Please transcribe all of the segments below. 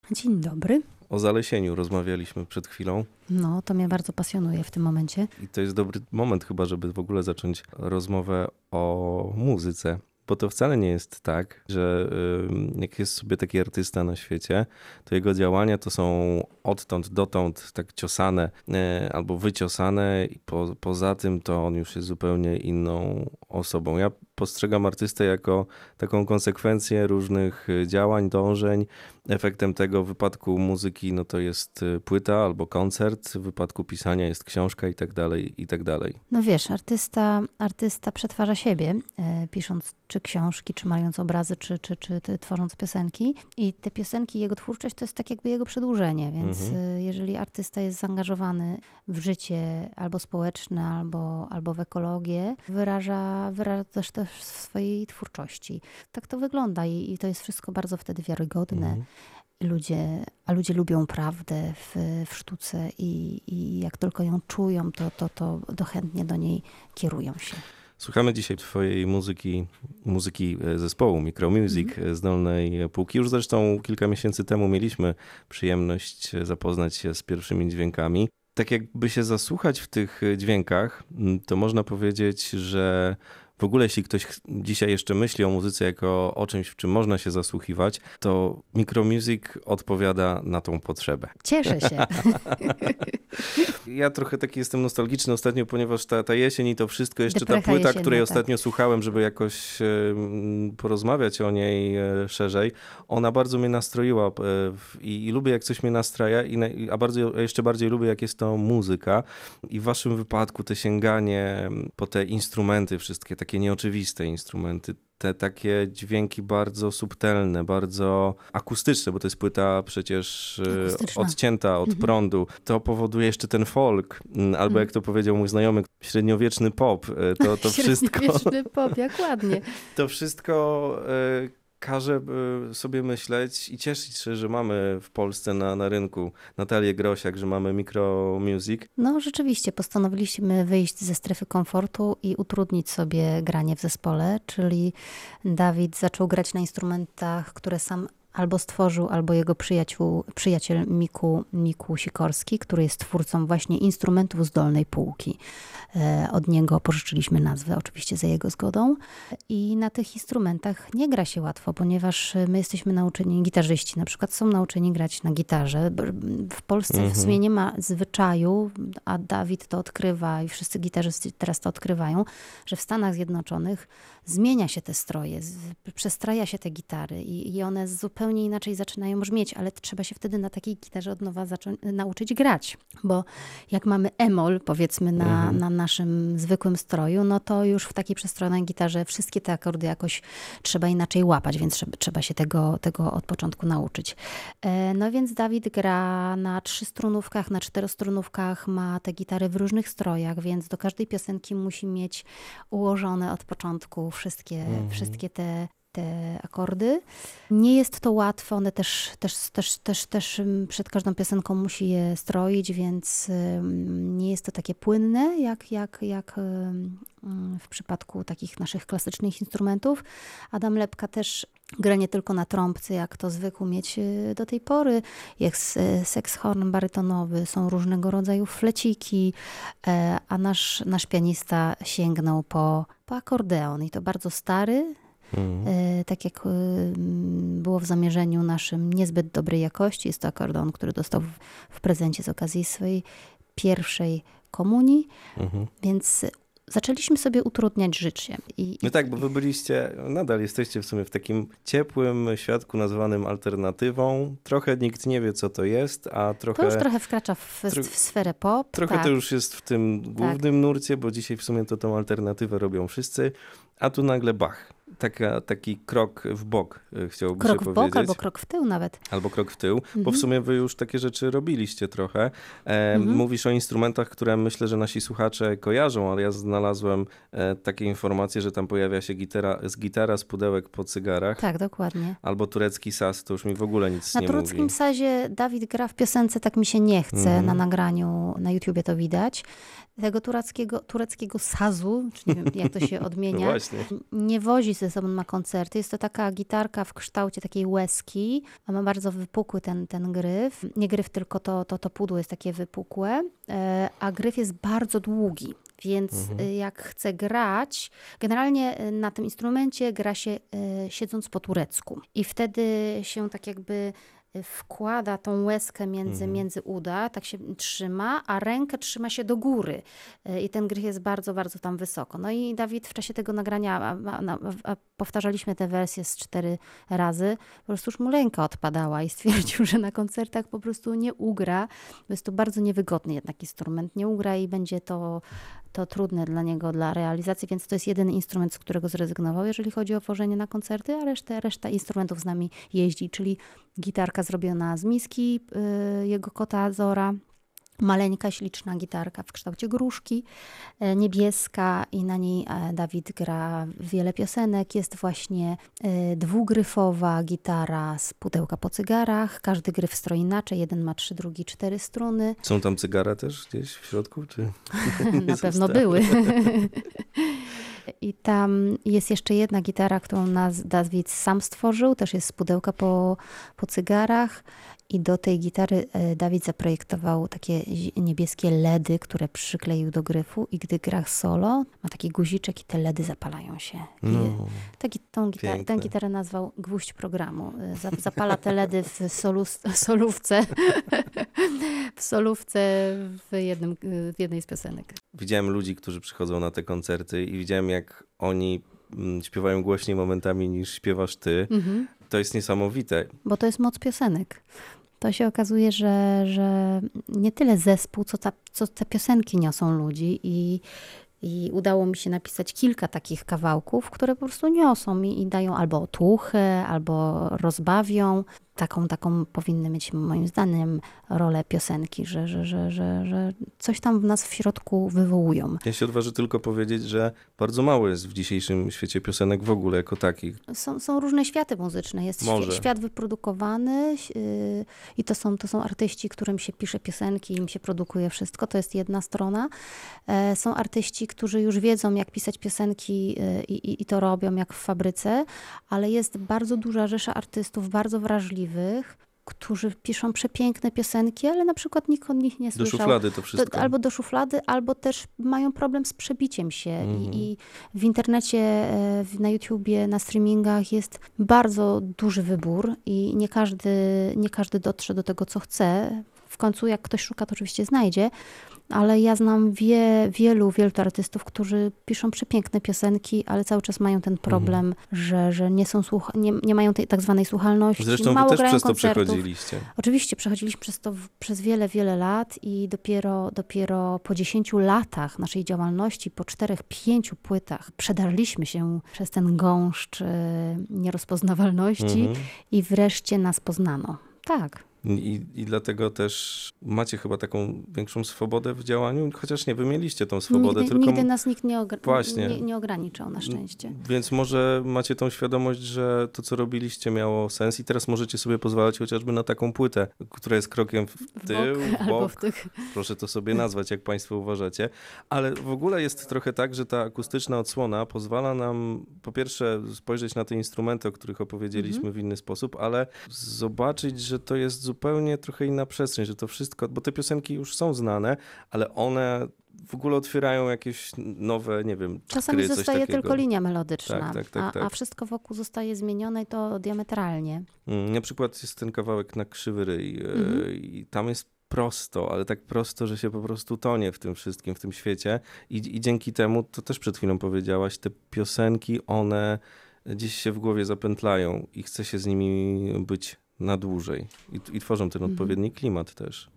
Dzień dobry. O zalesieniu rozmawialiśmy przed chwilą. No, to mnie bardzo pasjonuje w tym momencie. I to jest dobry moment chyba, żeby w ogóle zacząć rozmowę o muzyce. Bo to wcale nie jest tak, że jak jest sobie taki artysta na świecie, to jego działania to są odtąd dotąd tak ciosane albo wyciosane i poza tym to on już jest zupełnie inną osobą. Ja postrzegam artystę jako taką konsekwencję różnych działań, dążeń. Efektem tego w wypadku muzyki no to jest płyta albo koncert, w wypadku pisania jest książka i tak dalej, i tak dalej. No wiesz, artysta przetwarza siebie, pisząc czy książki, czy malując obrazy, czy tworząc piosenki. I te piosenki, jego twórczość to jest tak jakby jego przedłużenie, więc jeżeli artysta jest zaangażowany w życie albo społeczne, albo w ekologię, wyraża też w swojej twórczości. Tak to wygląda i to jest wszystko bardzo wtedy wiarygodne. Ludzie lubią prawdę w sztuce i jak tylko ją czują, to chętnie do niej kierują się. Słuchamy dzisiaj twojej muzyki zespołu Micromusic z Dolnej Półki. Już zresztą kilka miesięcy temu mieliśmy przyjemność zapoznać się z pierwszymi dźwiękami. Tak jakby się zasłuchać w tych dźwiękach, to można powiedzieć, że w ogóle jeśli ktoś dzisiaj jeszcze myśli o muzyce jako o czymś, w czym można się zasłuchiwać, to Micromusic odpowiada na tą potrzebę. Cieszę się. Ja trochę taki jestem nostalgiczny ostatnio, ponieważ ta jesień i to wszystko, jeszcze Deprecha ta płyta, jesienna, której tak. ostatnio słuchałem, żeby jakoś porozmawiać o niej szerzej, ona bardzo mnie nastroiła i lubię jak coś mnie nastraja, a jeszcze bardziej lubię jak jest to muzyka. I w waszym wypadku te sięganie po te instrumenty wszystkie, takie nieoczywiste instrumenty, te takie dźwięki bardzo subtelne, bardzo akustyczne, bo to jest płyta przecież odcięta od prądu. To powoduje jeszcze ten folk, albo jak to powiedział mój znajomy, średniowieczny pop. To wszystko. Średniowieczny pop, jak ładnie. To wszystko każe sobie myśleć i cieszyć się, że mamy w Polsce na rynku Natalię Grosiak, że mamy Micromusic. No rzeczywiście, postanowiliśmy wyjść ze strefy komfortu i utrudnić sobie granie w zespole, czyli zaczął grać na instrumentach, które sam albo stworzył, albo jego przyjaciel Miku Sikorski, który jest twórcą właśnie instrumentów z Dolnej Półki. Od niego pożyczyliśmy nazwę, oczywiście za jego zgodą. I na tych instrumentach nie gra się łatwo, ponieważ my jesteśmy nauczeni, gitarzyści na przykład są nauczeni grać na gitarze. W Polsce w sumie nie ma zwyczaju, a Dawid to odkrywa i wszyscy gitarzyści teraz to odkrywają, że w Stanach Zjednoczonych zmienia się te stroje, przestraja się te gitary i one zupełnie inaczej zaczynają brzmieć, ale trzeba się wtedy na takiej gitarze od nowa nauczyć grać, bo jak mamy e-moll, powiedzmy na naszym zwykłym stroju, no to już w takiej przestrojonej gitarze wszystkie te akordy jakoś trzeba inaczej łapać, więc trzeba się tego od początku nauczyć. No więc Dawid gra na 3-strunówkach, na 4-strunówkach, ma te gitary w różnych strojach, więc do każdej piosenki musi mieć ułożone od początku wszystkie te akordy. Nie jest to łatwe, one też przed każdą piosenką musi je stroić, więc nie jest to takie płynne, jak w przypadku takich naszych klasycznych instrumentów. Adam Lepka też gra nie tylko na trąbce, jak to zwykł mieć do tej pory. Jest sekshorn barytonowy, są różnego rodzaju fleciki, a nasz pianista sięgnął po akordeon i to bardzo stary, tak jak było w zamierzeniu naszym niezbyt dobrej jakości. Jest to akordeon, który dostał w prezencie z okazji swojej pierwszej komunii, więc zaczęliśmy sobie utrudniać życie. No tak, bo wy nadal jesteście w sumie w takim ciepłym świadku nazwanym alternatywą. Trochę nikt nie wie, co to jest, a trochę... To już trochę wkracza w sferę pop. Trochę tak. To już jest w tym głównym nurcie, bo dzisiaj w sumie tą alternatywę robią wszyscy, a tu nagle bach. Taki krok w bok, chciałoby się powiedzieć. Krok w bok albo krok w tył nawet. Albo krok w tył, bo w sumie wy już takie rzeczy robiliście trochę. Mówisz o instrumentach, które myślę, że nasi słuchacze kojarzą, ale ja znalazłem takie informacje, że tam pojawia się gitara z pudełek po cygarach. Tak, dokładnie. Albo turecki saz, to już mi w ogóle nic nie mówi. Na tureckim sazie Dawid gra w piosence Tak mi się nie chce, na nagraniu na YouTubie to widać. Tego tureckiego sazu, czy nie wiem jak to się odmienia, No właśnie. nie wozi ze ze sobą na koncerty. Jest to taka gitarka w kształcie takiej łezki. Ma bardzo wypukły ten gryf. Nie gryf, tylko to pudło jest takie wypukłe, a gryf jest bardzo długi. Więc jak chcę grać, generalnie na tym instrumencie gra się siedząc po turecku. I wtedy się tak jakby wkłada tą łezkę między uda, tak się trzyma, a rękę trzyma się do góry. I ten gryf jest bardzo, bardzo tam wysoko. No i Dawid w czasie tego nagrania, a powtarzaliśmy tę wersję z 4 razy, po prostu już mu ręka odpadała i stwierdził, że na koncertach po prostu nie ugra, bo jest to bardzo niewygodny jednak instrument. Nie ugra i będzie to trudne dla niego, dla realizacji, więc to jest jedyny instrument, z którego zrezygnował, jeżeli chodzi o tworzenie na koncerty, a reszta instrumentów z nami jeździ, czyli gitarka zrobiona z miski jego kota Azora, maleńka, śliczna gitarka w kształcie gruszki, niebieska i na niej Dawid gra wiele piosenek. Jest właśnie dwugryfowa gitara z pudełka po cygarach. Każdy gryf stroi inaczej. Jeden ma 3, drugi 4 struny. Są tam cygara też gdzieś w środku? Czy na pewno były. I tam jest jeszcze jedna gitara, którą Dawid sam stworzył. Też jest z pudełka po cygarach. I do tej gitary Dawid zaprojektował takie niebieskie LEDy, które przykleił do gryfu i gdy gra solo, ma taki guziczek i te LEDy zapalają się. Tę gitarę nazwał gwóźdź programu. Zapala te LEDy w solówce w jednej z piosenek. Widziałem ludzi, którzy przychodzą na te koncerty i widziałem, jak oni śpiewają głośniej momentami niż śpiewasz ty. To jest niesamowite. Bo to jest moc piosenek. To się okazuje, że nie tyle zespół, co te piosenki niosą ludzi i udało mi się napisać kilka takich kawałków, które po prostu niosą i dają albo otuchę, albo rozbawią. Taką powinny mieć moim zdaniem rolę piosenki, że coś tam w nas w środku wywołują. Ja się odważę tylko powiedzieć, że bardzo mało jest w dzisiejszym świecie piosenek w ogóle jako takich. Są różne światy muzyczne. Jest świat wyprodukowany i to są artyści, którym się pisze piosenki, im się produkuje wszystko. To jest jedna strona. Są artyści, którzy już wiedzą, jak pisać piosenki i to robią jak w fabryce, ale jest bardzo duża rzesza artystów, bardzo wrażliwych, którzy piszą przepiękne piosenki, ale na przykład nikt od nich nie słyszał. Do szuflady to wszystko. Albo do szuflady, albo też mają problem z przebiciem się. I w internecie, na YouTubie, na streamingach jest bardzo duży wybór i nie każdy dotrze do tego, co chce. W końcu jak ktoś szuka, to oczywiście znajdzie, ale ja znam wielu artystów, którzy piszą przepiękne piosenki, ale cały czas mają ten problem, że nie mają tej tak zwanej słuchalności. Zresztą mało wy też przez koncertów. to przechodziliście. Oczywiście, przechodziliśmy przez to przez wiele lat i dopiero po 10 latach naszej działalności, po 4-5 płytach przedarliśmy się przez ten gąszcz nierozpoznawalności i wreszcie nas poznano. Tak. I dlatego też macie chyba taką większą swobodę w działaniu, chociaż nie, wy mieliście tą swobodę. Nigdy nas nikt nie ograniczał, na szczęście. Więc może macie tą świadomość, że to, co robiliście, miało sens i teraz możecie sobie pozwalać chociażby na taką płytę, która jest krokiem w tył, w bok. Proszę to sobie nazwać, jak państwo uważacie. Ale w ogóle jest trochę tak, że ta akustyczna odsłona pozwala nam po pierwsze spojrzeć na te instrumenty, o których opowiedzieliśmy w inny sposób, ale zobaczyć, że to jest zupełnie trochę inna przestrzeń, że to wszystko, bo te piosenki już są znane, ale one w ogóle otwierają jakieś nowe, nie wiem, czasami coś zostaje takiego. tylko linia melodyczna, tak. a wszystko wokół zostaje zmienione i to diametralnie. Na przykład jest ten kawałek na krzywy ryj i tam jest prosto, ale tak prosto, że się po prostu tonie w tym wszystkim, w tym świecie i dzięki temu, to też przed chwilą powiedziałaś, te piosenki, one gdzieś się w głowie zapętlają i chce się z nimi być na dłużej i tworzą ten odpowiedni klimat też.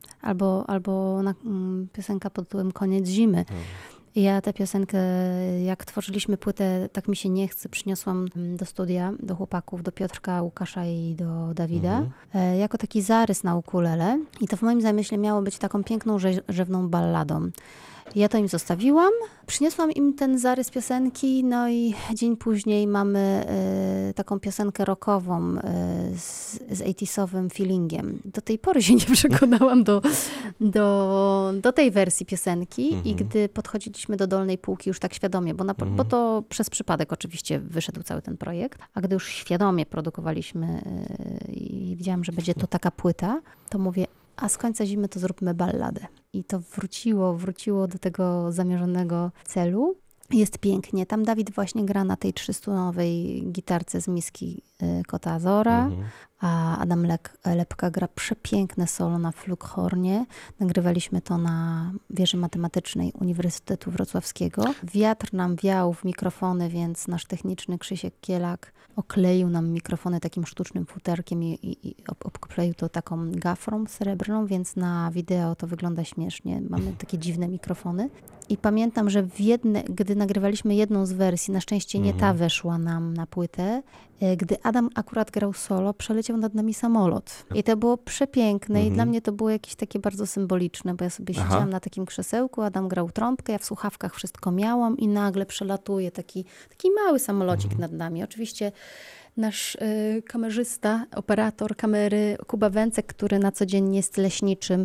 Albo piosenka pod tytułem Koniec zimy. Ja tę piosenkę, jak tworzyliśmy płytę Tak mi się nie chce, przyniosłam do studia, do chłopaków, do Piotrka, Łukasza i do Dawida, jako taki zarys na ukulele. I to w moim zamyśle miało być taką piękną, rzewną balladą. Ja to im zostawiłam, przyniosłam im ten zarys piosenki, no i dzień później mamy taką piosenkę rockową z 80'sowym feelingiem. Do tej pory się nie przekonałam do tej wersji piosenki i gdy podchodziliśmy do dolnej półki już tak świadomie, bo to przez przypadek oczywiście wyszedł cały ten projekt, a gdy już świadomie produkowaliśmy i widziałam, że będzie to taka płyta, to mówię, a z końca zimy to zróbmy balladę. I to wróciło do tego zamierzonego celu. Jest pięknie. Tam Dawid właśnie gra na tej 300-nowej gitarce z miski Kota Azora, a Adam Lepka gra przepiękne solo na flughornie. Nagrywaliśmy to na wieży matematycznej Uniwersytetu Wrocławskiego. Wiatr nam wiał w mikrofony, więc nasz techniczny Krzysiek Kielak okleił nam mikrofony takim sztucznym futerkiem i obkleił to taką gafrą srebrną, więc na wideo to wygląda śmiesznie. Mamy takie dziwne mikrofony. I pamiętam, że gdy nagrywaliśmy jedną z wersji, na szczęście nie ta weszła nam na płytę, gdy Adam akurat grał solo, przeleciał nad nami samolot. I to było przepiękne i dla mnie to było jakieś takie bardzo symboliczne, bo ja sobie siedziałam na takim krzesełku, Adam grał trąbkę, ja w słuchawkach wszystko miałam i nagle przelatuje taki mały samolocik nad nami. Oczywiście nasz kamerzysta, operator kamery Kuba Węcek, który na co dzień jest leśniczym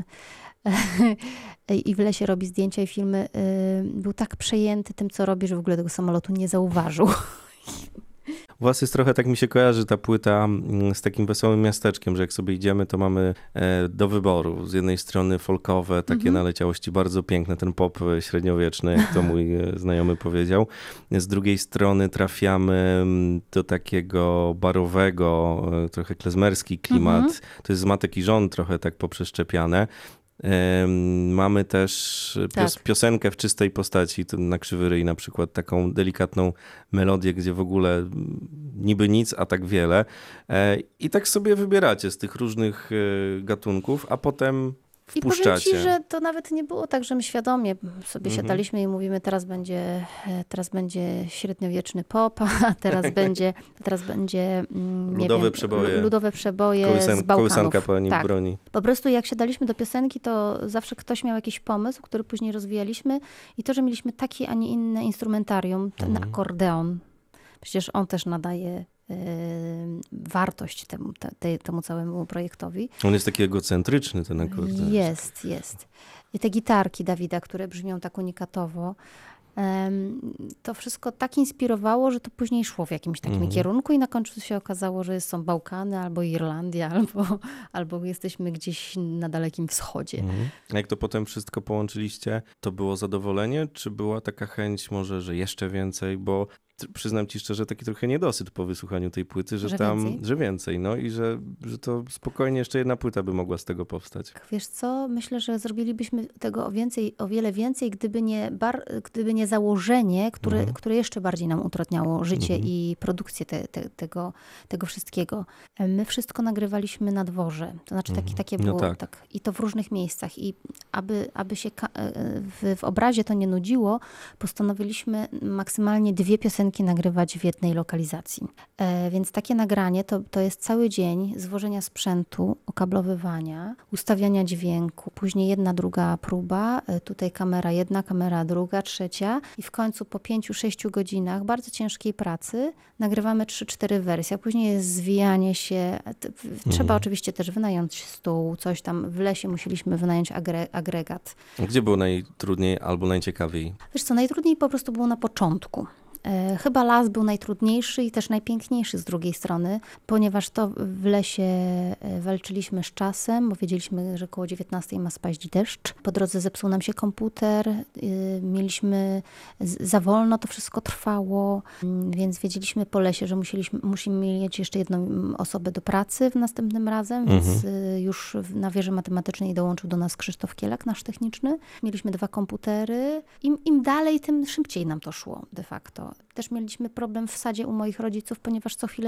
i w lesie robi zdjęcia i filmy, był tak przejęty tym, co robi, że w ogóle tego samolotu nie zauważył. U was jest trochę, tak mi się kojarzy ta płyta z takim wesołym miasteczkiem, że jak sobie idziemy, to mamy do wyboru. Z jednej strony folkowe, takie naleciałości bardzo piękne, ten pop średniowieczny, jak to mój znajomy powiedział. Z drugiej strony trafiamy do takiego barowego, trochę klezmerski klimat. To jest z Matek i Żon trochę tak poprzeszczepiane. Mamy też piosenkę w czystej postaci, na Krzywy Ryj na przykład, taką delikatną melodię, gdzie w ogóle niby nic, a tak wiele. I tak sobie wybieracie z tych różnych gatunków, a potem wpuszczacie. I powiem ci, że to nawet nie było tak, że my świadomie sobie siadaliśmy i mówimy, teraz będzie średniowieczny pop, a teraz będzie ludowe przeboje z Bałkanów. Kołysanka pani broni. Po prostu jak siadaliśmy do piosenki, to zawsze ktoś miał jakiś pomysł, który później rozwijaliśmy i to, że mieliśmy takie, a nie inne instrumentarium, ten akordeon, przecież on też nadaje wartość temu całemu projektowi. On jest taki egocentryczny, ten akordeon. Jest. I te gitarki Dawida, które brzmią tak unikatowo, to wszystko tak inspirowało, że to później szło w jakimś takim kierunku i na końcu się okazało, że są Bałkany, albo Irlandia, albo jesteśmy gdzieś na Dalekim Wschodzie. A jak to potem wszystko połączyliście, to było zadowolenie, czy była taka chęć może, że jeszcze więcej, bo przyznam ci szczerze, taki trochę niedosyt po wysłuchaniu tej płyty, że więcej, no i że to spokojnie jeszcze jedna płyta by mogła z tego powstać. Wiesz co, myślę, że zrobilibyśmy tego o wiele więcej, gdyby nie założenie, które jeszcze bardziej nam utrudniało życie i produkcję tego wszystkiego. My wszystko nagrywaliśmy na dworze, to znaczy takie było, tak. I to w różnych miejscach i aby się w obrazie to nie nudziło, postanowiliśmy maksymalnie 2 piosenki nagrywać w jednej lokalizacji. Więc takie nagranie to jest cały dzień zwożenia sprzętu, okablowywania, ustawiania dźwięku, później jedna, druga próba, tutaj kamera jedna, kamera druga, trzecia i w końcu po 5-6 godzinach bardzo ciężkiej pracy nagrywamy 3-4 wersje, a później jest zwijanie się. Trzeba oczywiście też wynająć stół, coś tam. W lesie musieliśmy wynająć agregat. Gdzie było najtrudniej albo najciekawiej? Wiesz co, najtrudniej po prostu było na początku. Chyba las był najtrudniejszy i też najpiękniejszy z drugiej strony, ponieważ to w lesie walczyliśmy z czasem, bo wiedzieliśmy, że koło 19 ma spaść deszcz. Po drodze zepsuł nam się komputer, mieliśmy za wolno, to wszystko trwało, więc wiedzieliśmy po lesie, że musimy mieć jeszcze jedną osobę do pracy w następnym razem, więc już na wieży matematycznej dołączył do nas Krzysztof Kielak, nasz techniczny. Mieliśmy 2 komputery. Im dalej, tym szybciej nam to szło de facto. Też mieliśmy problem w sadzie u moich rodziców, ponieważ co chwilę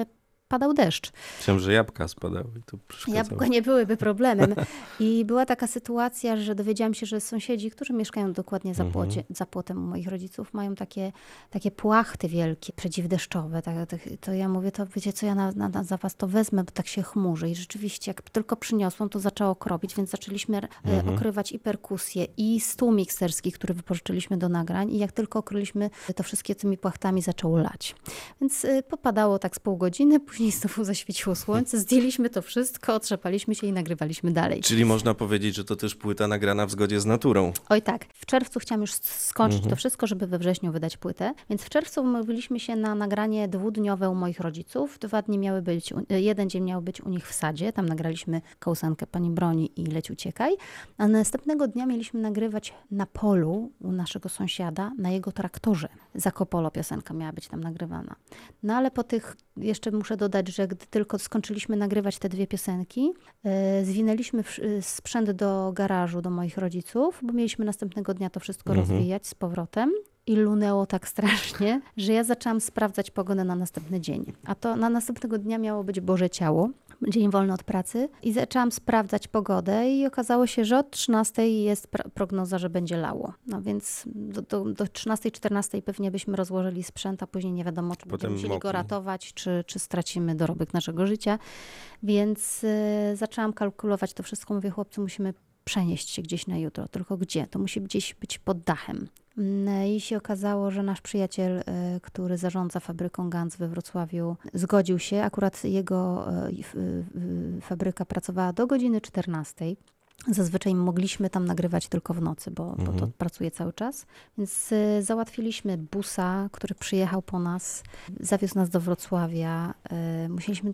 padał deszcz. Myślałem, że jabłka spadały i to przeszkadzało. Jabłka nie byłyby problemem. I była taka sytuacja, że dowiedziałam się, że sąsiedzi, którzy mieszkają dokładnie za płotem u moich rodziców, mają takie płachty wielkie, przeciwdeszczowe. To ja mówię, to wiecie co, ja za was to wezmę, bo tak się chmurzy. I rzeczywiście, jak tylko przyniosłam, to zaczęło kropić, więc zaczęliśmy okrywać i perkusję, i stół mikserski, który wypożyczyliśmy do nagrań. I jak tylko okryliśmy, to wszystkie tymi płachtami zaczęło lać. Więc popadało tak z pół godziny, później znowu zaświeciło słońce, zdjęliśmy to wszystko, otrzepaliśmy się i nagrywaliśmy dalej. Czyli można powiedzieć, że to też płyta nagrana w zgodzie z naturą. Oj tak, w czerwcu chciałam już skończyć to wszystko, żeby we wrześniu wydać płytę, więc w czerwcu umówiliśmy się na nagranie 2-dniowe u moich rodziców. 2 dni miały być, 1 dzień miał być u nich w sadzie, tam nagraliśmy kołysankę Pani Broni i Leć uciekaj, a następnego dnia mieliśmy nagrywać na polu u naszego sąsiada, na jego traktorze. Zakopolo piosenka miała być tam nagrywana. No ale po tych, jeszcze muszę dodać, że gdy tylko skończyliśmy nagrywać te 2 piosenki, zwinęliśmy sprzęt do garażu, do moich rodziców, bo mieliśmy następnego dnia to wszystko rozwijać z powrotem. I lunęło tak strasznie, że ja zaczęłam sprawdzać pogodę na następny dzień. A to na następnego dnia miało być Boże Ciało, dzień wolny od pracy. I zaczęłam sprawdzać pogodę i okazało się, że od 13 jest prognoza, że będzie lało. No więc do 13-14 pewnie byśmy rozłożyli sprzęt, a później nie wiadomo, czy będziemy musieli go ratować, czy stracimy dorobek naszego życia. Więc zaczęłam kalkulować to wszystko. Mówię, chłopcy, musimy przenieść się gdzieś na jutro. Tylko gdzie? To musi gdzieś być pod dachem. I się okazało, że nasz przyjaciel, który zarządza fabryką Ganz we Wrocławiu, zgodził się. Akurat jego fabryka pracowała do godziny 14. Zazwyczaj mogliśmy tam nagrywać tylko w nocy, bo to pracuje cały czas. Więc załatwiliśmy busa, który przyjechał po nas, zawiózł nas do Wrocławia. Musieliśmy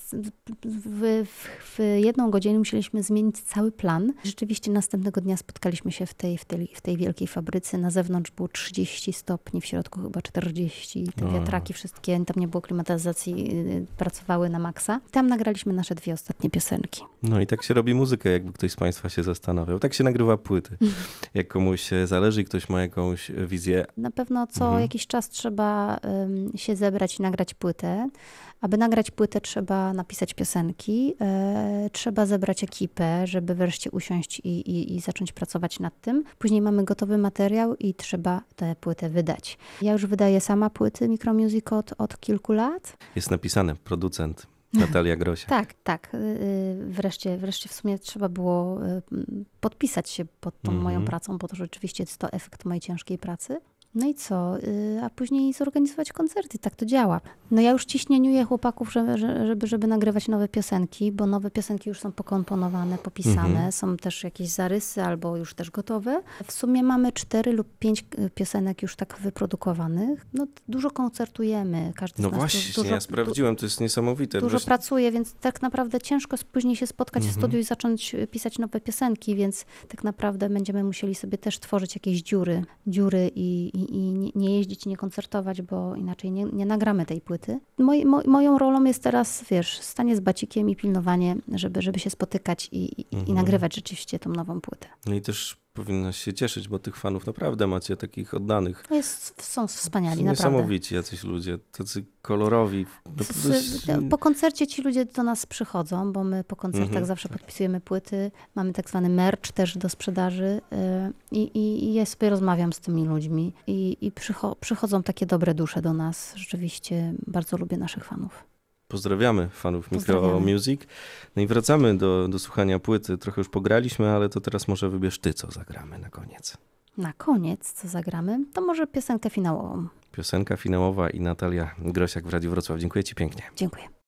w 1 godzinę musieliśmy zmienić cały plan. Rzeczywiście następnego dnia spotkaliśmy się w tej wielkiej fabryce. Na zewnątrz było 30 stopni, w środku chyba 40. Te wiatraki wszystkie, tam nie było klimatyzacji, pracowały na maksa. Tam nagraliśmy nasze 2 ostatnie piosenki. No i tak się robi muzykę, jakby ktoś z Państwa się zastanawiał. Tak się nagrywa płyty. Jak komuś zależy i ktoś ma jakąś wizję. Na pewno co jakiś czas trzeba się zebrać i nagrać płytę. Aby nagrać płytę, trzeba napisać piosenki, trzeba zebrać ekipę, żeby wreszcie usiąść i zacząć pracować nad tym. Później mamy gotowy materiał i trzeba tę płytę wydać. Ja już wydaję sama płyty Micromusic od kilku lat. Jest napisane, producent Natalia Grosiak. Tak. Wreszcie w sumie trzeba było podpisać się pod tą moją pracą, bo to rzeczywiście jest to efekt mojej ciężkiej pracy. No i co? A później zorganizować koncerty. Tak to działa. No ja już ciśnieniuję chłopaków, żeby nagrywać nowe piosenki, bo nowe piosenki już są pokomponowane, popisane. Są też jakieś zarysy albo już też gotowe. W sumie mamy 4 lub 5 piosenek już tak wyprodukowanych. No dużo koncertujemy. Każdy No z nas właśnie, ja sprawdziłem, to jest niesamowite. Dużo pracuje, więc tak naprawdę ciężko później się spotkać w studiu i zacząć pisać nowe piosenki, więc tak naprawdę będziemy musieli sobie też tworzyć jakieś dziury i nie jeździć, nie koncertować, bo inaczej nie nagramy tej płyty. Moją rolą jest teraz, stanie z bacikiem i pilnowanie, żeby się spotykać i nagrywać rzeczywiście tą nową płytę. No i też powinnaś się cieszyć, bo tych fanów naprawdę macie takich oddanych. Są wspaniali, są naprawdę. Niesamowici jacyś ludzie, tacy kolorowi. Po koncercie ci ludzie do nas przychodzą, bo my po koncertach zawsze podpisujemy płyty. Mamy tak zwany merch też do sprzedaży i ja sobie rozmawiam z tymi ludźmi i przychodzą takie dobre dusze do nas. Rzeczywiście bardzo lubię naszych fanów. Pozdrawiamy fanów Micromusic. No i wracamy do słuchania płyty. Trochę już pograliśmy, ale to teraz może wybierz ty, co zagramy na koniec. Na koniec, co zagramy? To może piosenkę finałową. Piosenka finałowa i Natalia Grosiak w Radiu Wrocław. Dziękuję ci pięknie. Dziękuję.